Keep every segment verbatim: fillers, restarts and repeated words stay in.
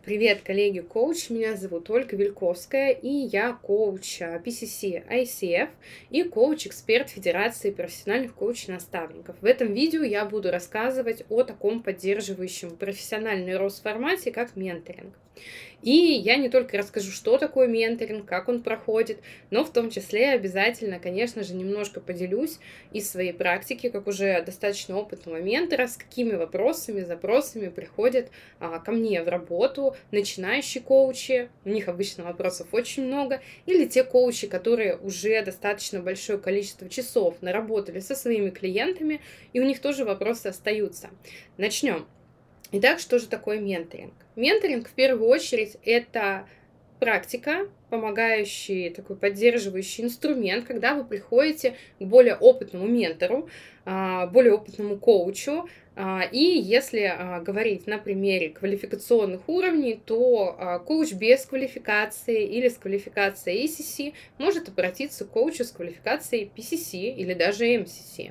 Привет, коллеги-коуч, меня зовут Ольга Вильковская, и я коуч пи си си ай си эф и коуч-эксперт Федерации профессиональных коучей-наставников. В этом видео я буду рассказывать о таком поддерживающем профессиональный рост формате, как менторинг. И я не только расскажу, что такое менторинг, как он проходит, но в том числе обязательно, конечно же, немножко поделюсь из своей практики, как уже достаточно опытного ментора, с какими вопросами, запросами приходят а, ко мне в работу начинающие коучи, у них обычно вопросов очень много, или те коучи, которые уже достаточно большое количество часов наработали со своими клиентами, и у них тоже вопросы остаются. Начнем. Итак, что же такое менторинг? Менторинг, в первую очередь, это практика, помогающий, такой поддерживающий инструмент, когда вы приходите к более опытному ментору, более опытному коучу, и если говорить на примере квалификационных уровней, то коуч без квалификации или с квалификацией эй си си может обратиться к коучу с квалификацией пи си си или даже эм си си.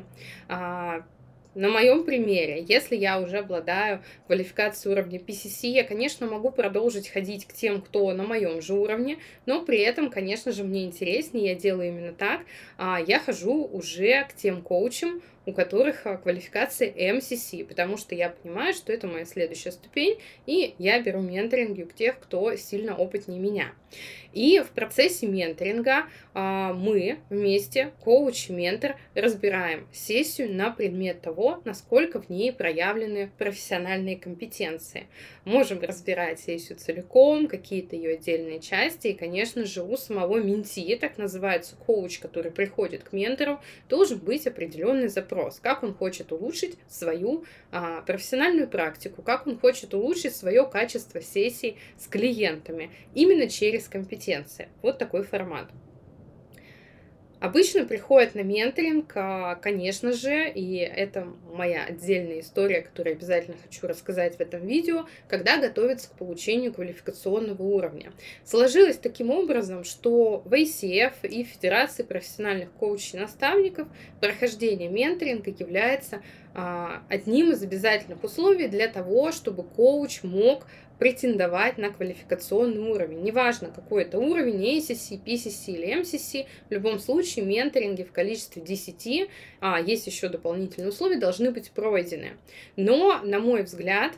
На моем примере, если я уже обладаю квалификацией уровня пи си си, я, конечно, могу продолжить ходить к тем, кто на моем же уровне, но при этом, конечно же, мне интереснее, я делаю именно так, я хожу уже к тем коучам, у которых квалификация эм си си, потому что я понимаю, что это моя следующая ступень, и я беру менторинг у тех, кто сильно опытнее меня. И в процессе менторинга а, мы вместе, коуч и ментор, разбираем сессию на предмет того, насколько в ней проявлены профессиональные компетенции. Можем разбирать сессию целиком, какие-то ее отдельные части, и, конечно же, у самого менти, так называется коуч, который приходит к ментору, должен быть определенный запрос, как он хочет улучшить свою а, профессиональную практику, как он хочет улучшить свое качество сессий с клиентами, именно через компетенции. Вот такой формат. Обычно приходят на менторинг, конечно же, и это моя отдельная история, которую обязательно хочу рассказать в этом видео, когда готовятся к получению квалификационного уровня. Сложилось таким образом, что в эй си эф и Федерации профессиональных коучей-наставников прохождение менторинга является одним из обязательных условий для того, чтобы коуч мог претендовать на квалификационный уровень. Неважно, какой это уровень, эй си си, пи си си или эм си си, в любом случае менторинги в количестве десяти, а есть еще дополнительные условия, должны быть пройдены. Но, на мой взгляд,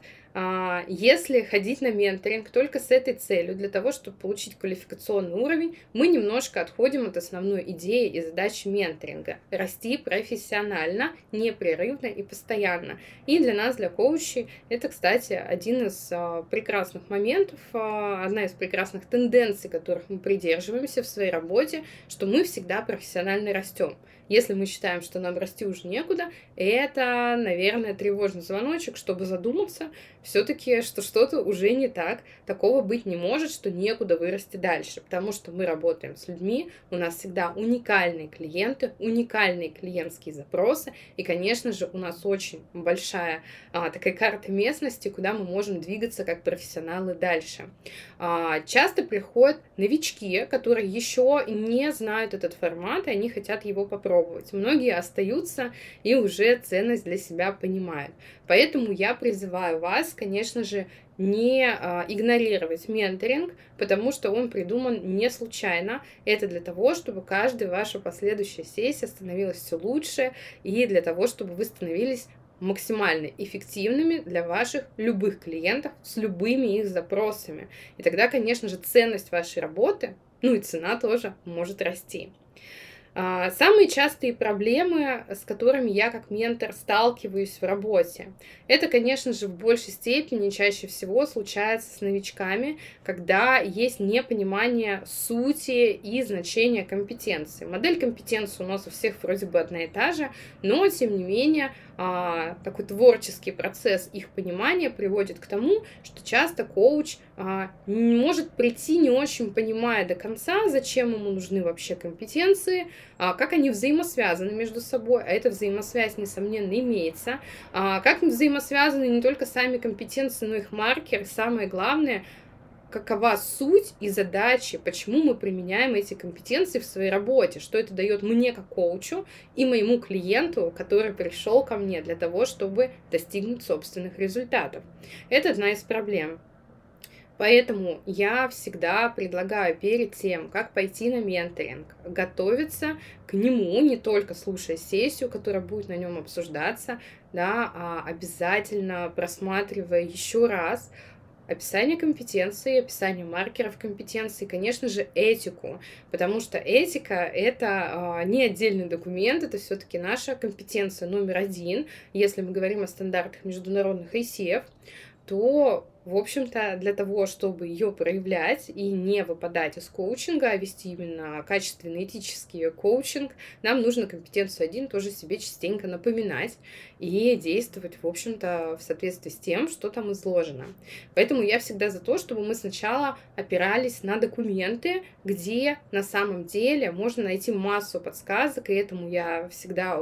если ходить на менторинг только с этой целью, для того, чтобы получить квалификационный уровень, мы немножко отходим от основной идеи и задачи менторинга – расти профессионально, непрерывно и постоянно. И для нас, для коучей, это, кстати, один из прекрасных моментов, одна из прекрасных тенденций, которых мы придерживаемся в своей работе, что мы всегда профессионально растем. Если мы считаем, что нам расти уже некуда, это, наверное, тревожный звоночек, чтобы задуматься все-таки, что что-то уже не так, такого быть не может, что некуда вырасти дальше, потому что мы работаем с людьми, у нас всегда уникальные клиенты, уникальные клиентские запросы, и, конечно же, у нас очень большая а, такая карта местности, куда мы можем двигаться как профессионалы дальше. А, часто приходят новички, которые еще не знают этот формат, и они хотят его попробовать. Многие остаются и уже ценность для себя понимают. Поэтому я призываю вас, конечно же, не а, игнорировать менторинг, потому что он придуман не случайно. Это для того, чтобы каждая ваша последующая сессия становилась все лучше, и для того, чтобы вы становились максимально эффективными для ваших любых клиентов с любыми их запросами. И тогда, конечно же, ценность вашей работы, ну и цена тоже может расти. Самые частые проблемы, с которыми я как ментор сталкиваюсь в работе, это, конечно же, в большей степени, чаще всего случается с новичками, когда есть непонимание сути и значения компетенции. Модель компетенции у нас у всех вроде бы одна и та же, но, тем не менее, такой творческий процесс их понимания приводит к тому, что часто коуч может прийти, не очень понимая до конца, зачем ему нужны вообще компетенции, как они взаимосвязаны между собой, а эта взаимосвязь, несомненно, имеется, как взаимосвязаны не только сами компетенции, но и их маркеры, самое главное, какова суть и задачи, почему мы применяем эти компетенции в своей работе, что это дает мне как коучу и моему клиенту, который пришел ко мне для того, чтобы достигнуть собственных результатов. Это одна из проблем. Поэтому я всегда предлагаю перед тем, как пойти на менторинг, готовиться к нему, не только слушая сессию, которая будет на нем обсуждаться, да, а обязательно просматривая еще раз описание компетенции, описание маркеров компетенции, конечно же, этику, потому что этика — это а, не отдельный документ, это все-таки наша компетенция номер один. Если мы говорим о стандартах международных ай си эф, то, в общем-то, для того, чтобы ее проявлять и не выпадать из коучинга, а вести именно качественный этический коучинг, нам нужно компетенцию один тоже себе частенько напоминать и действовать, в общем-то, в соответствии с тем, что там изложено. Поэтому я всегда за то, чтобы мы сначала опирались на документы, где на самом деле можно найти массу подсказок, и этому я всегда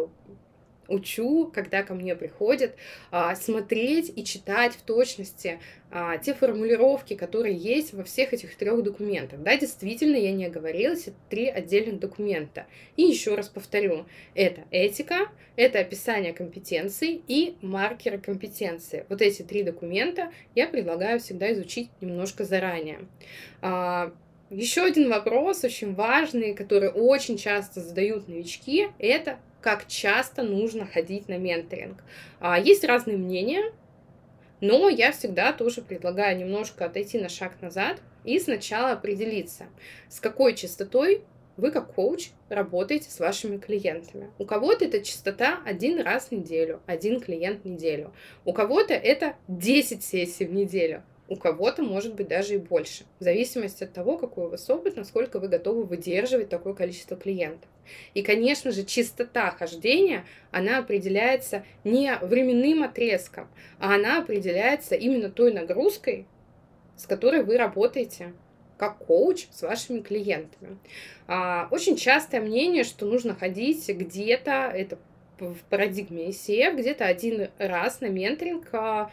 учу, когда ко мне приходят, а, смотреть и читать в точности а, те формулировки, которые есть во всех этих трех документах. Да, действительно, я не оговорилась, это три отдельных документа. И еще раз повторю, это этика, это описание компетенций и маркеры компетенции. Вот эти три документа я предлагаю всегда изучить немножко заранее. А, еще один вопрос, очень важный, который очень часто задают новички, это как часто нужно ходить на менторинг. Есть разные мнения, но я всегда тоже предлагаю немножко отойти на шаг назад и сначала определиться, с какой частотой вы как коуч работаете с вашими клиентами. У кого-то это частота один раз в неделю, один клиент в неделю. У кого-то это десять сессий в неделю. У кого-то может быть даже и больше, в зависимости от того, какой у вас опыт, насколько вы готовы выдерживать такое количество клиентов. И, конечно же, частота хождения, она определяется не временным отрезком, а она определяется именно той нагрузкой, с которой вы работаете как коуч с вашими клиентами. Очень частое мнение, что нужно ходить где-то, это в парадигме ай си эф, где-то один раз на менторинг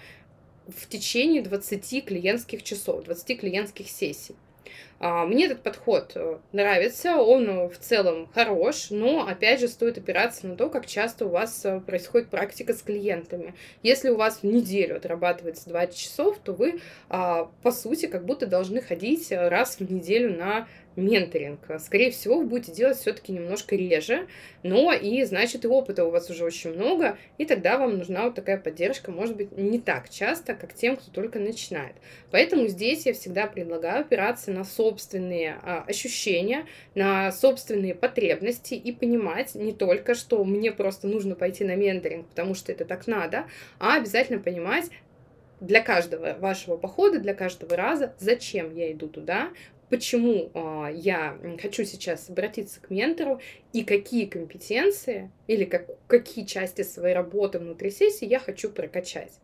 в течение двадцати клиентских часов, двадцати клиентских сессий. Мне этот подход нравится, он в целом хорош, но, опять же, стоит опираться на то, как часто у вас происходит практика с клиентами. Если у вас в неделю отрабатывается двадцать часов, то вы, по сути, как будто должны ходить раз в неделю на менторинг. Скорее всего, вы будете делать все-таки немножко реже, но и, значит, и опыта у вас уже очень много, и тогда вам нужна вот такая поддержка, может быть, не так часто, как тем, кто только начинает. Поэтому здесь я всегда предлагаю опираться на собственные а, ощущения, на собственные потребности и понимать не только, что мне просто нужно пойти на менторинг, потому что это так надо, а обязательно понимать для каждого вашего похода, для каждого раза, зачем я иду туда, почему э, я хочу сейчас обратиться к ментору и какие компетенции или как, какие части своей работы внутри сессии я хочу прокачать.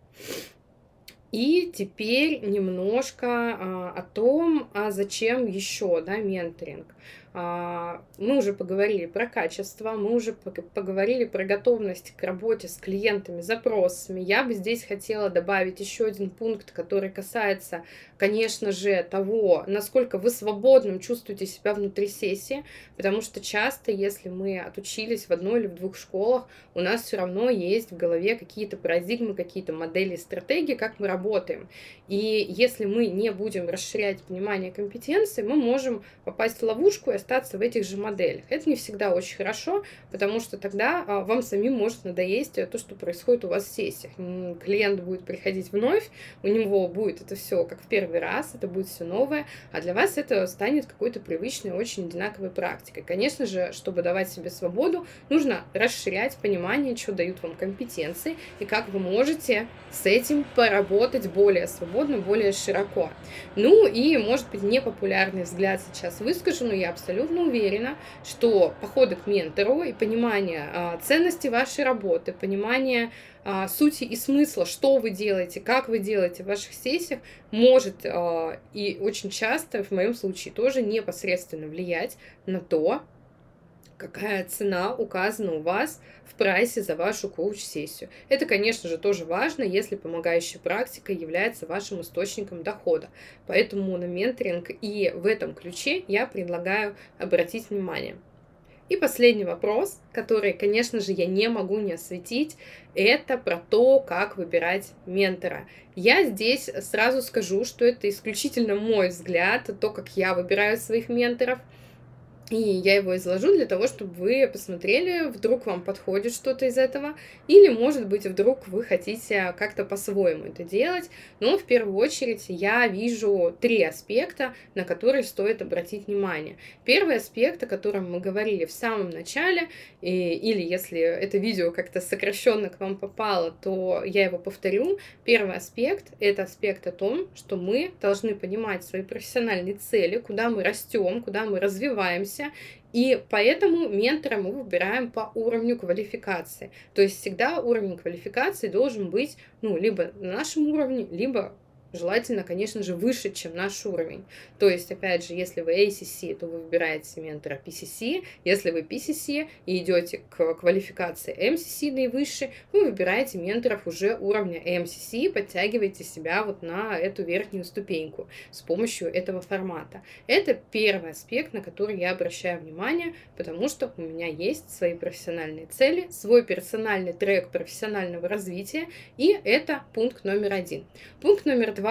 И теперь немножко а, о том, а зачем еще, да, менторинг. А, мы уже поговорили про качество, мы уже поговорили про готовность к работе с клиентами, запросами. Я бы здесь хотела добавить еще один пункт, который касается, конечно же, того, насколько вы свободным чувствуете себя внутри сессии, потому что часто, если мы отучились в одной или в двух школах, у нас все равно есть в голове какие-то парадигмы, какие-то модели, стратегии, как мы работаем. И если мы не будем расширять понимание компетенций, мы можем попасть в ловушку и остаться в этих же моделях. Это не всегда очень хорошо, потому что тогда вам самим может надоесть то, что происходит у вас в сессиях. Клиент будет приходить вновь, у него будет это все как в первый раз, это будет все новое, а для вас это станет какой-то привычной, очень одинаковой практикой. Конечно же, чтобы давать себе свободу, нужно расширять понимание, что дают вам компетенции и как вы можете с этим поработать более свободно, более широко. Ну и, может быть, непопулярный взгляд сейчас выскажу, но я абсолютно уверена, что походы к ментору и понимание а, ценности вашей работы, понимание а, сути и смысла, что вы делаете, как вы делаете в ваших сессиях, может а, и очень часто, в моем случае тоже, непосредственно влиять на то, какая цена указана у вас в прайсе за вашу коуч-сессию. Это, конечно же, тоже важно, если помогающая практика является вашим источником дохода. Поэтому на менторинг и в этом ключе я предлагаю обратить внимание. И последний вопрос, который, конечно же, я не могу не осветить, это про то, как выбирать ментора. Я здесь сразу скажу, что это исключительно мой взгляд, то, как я выбираю своих менторов. И я его изложу для того, чтобы вы посмотрели, вдруг вам подходит что-то из этого, или, может быть, вдруг вы хотите как-то по-своему это делать. Но в первую очередь я вижу три аспекта, на которые стоит обратить внимание. Первый аспект, о котором мы говорили в самом начале, и, или если это видео как-то сокращенно к вам попало, то я его повторю. Первый аспект — это аспект о том, что мы должны понимать свои профессиональные цели, куда мы растем, куда мы развиваемся, и поэтому ментора мы выбираем по уровню квалификации. То есть всегда уровень квалификации должен быть, ну, либо на нашем уровне, либо желательно, конечно же, выше, чем наш уровень. То есть, опять же, если вы эй си си, то вы выбираете ментора пи си си. Если вы пи си си и идете к квалификации эм си си наивысшей, вы выбираете менторов уже уровня эм си си, подтягиваете себя вот на эту верхнюю ступеньку с помощью этого формата. Это первый аспект, на который я обращаю внимание, потому что у меня есть свои профессиональные цели, свой персональный трек профессионального развития, и это пункт номер один. Пункт номер два.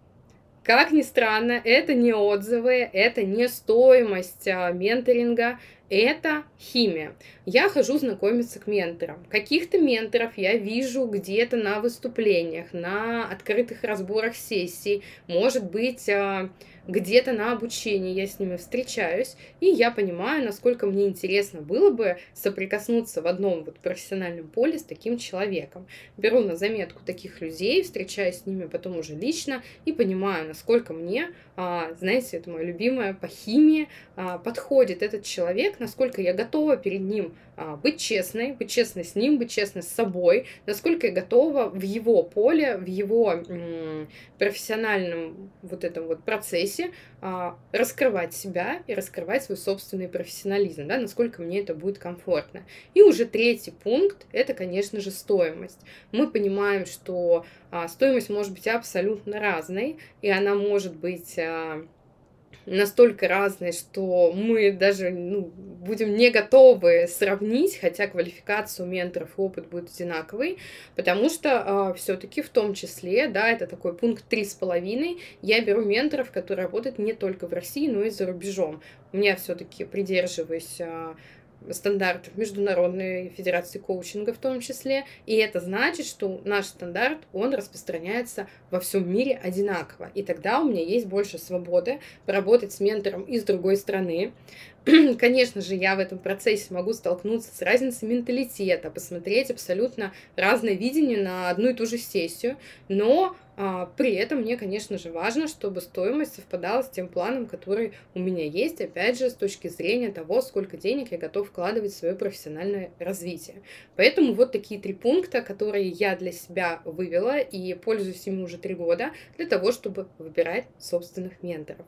Как ни странно, это не отзывы, это не стоимость а, менторинга, это химия. Я хожу знакомиться к менторам. Каких-то менторов я вижу где-то на выступлениях, на открытых разборах сессий, может быть, а, где-то на обучении я с ними встречаюсь, и я понимаю, насколько мне интересно было бы соприкоснуться в одном вот профессиональном поле с таким человеком. Беру на заметку таких людей, встречаюсь с ними потом уже лично и понимаю, насколько мне, знаете, это мое любимое по химии, подходит этот человек, насколько я готова перед ним быть честной, быть честной с ним, быть честной с собой, насколько я готова в его поле, в его м, профессиональном вот этом вот процессе а, раскрывать себя и раскрывать свой собственный профессионализм, да, насколько мне это будет комфортно. И уже третий пункт — это, конечно же, стоимость. Мы понимаем, что а, стоимость может быть абсолютно разной, и она может быть а, настолько разные, что мы даже ну, будем не готовы сравнить, хотя квалификация у менторов и опыт будет одинаковый, потому что э, все-таки в том числе, да, это такой пункт три с половиной, я беру менторов, которые работают не только в России, но и за рубежом. У меня все-таки придерживаюсь э, стандартов Международной Федерации коучинга в том числе, и это значит, что наш стандарт, он распространяется во всем мире одинаково, и тогда у меня есть больше свободы поработать с ментором из другой страны. Конечно же, я в этом процессе могу столкнуться с разницей менталитета, посмотреть абсолютно разное видение на одну и ту же сессию, но а, при этом мне, конечно же, важно, чтобы стоимость совпадала с тем планом, который у меня есть, опять же, с точки зрения того, сколько денег я готов вкладывать в свое профессиональное развитие. Поэтому вот такие три пункта, которые я для себя вывела и пользуюсь ими уже три года для того, чтобы выбирать собственных менторов.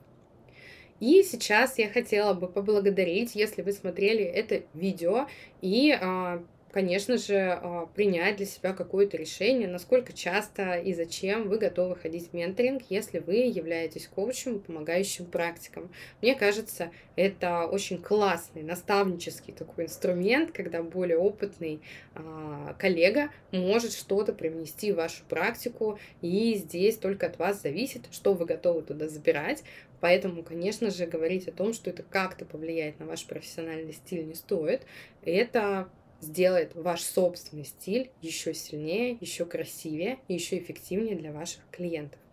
И сейчас я хотела бы поблагодарить, если вы смотрели это видео, и, конечно же, принять для себя какое-то решение, насколько часто и зачем вы готовы ходить в менторинг, если вы являетесь коучем, помогающим практикам. Мне кажется, это очень классный наставнический такой инструмент, когда более опытный коллега может что-то привнести в вашу практику, и здесь только от вас зависит, что вы готовы туда забирать. Поэтому, конечно же, говорить о том, что это как-то повлияет на ваш профессиональный стиль, не стоит. Это сделает ваш собственный стиль еще сильнее, еще красивее и еще эффективнее для ваших клиентов.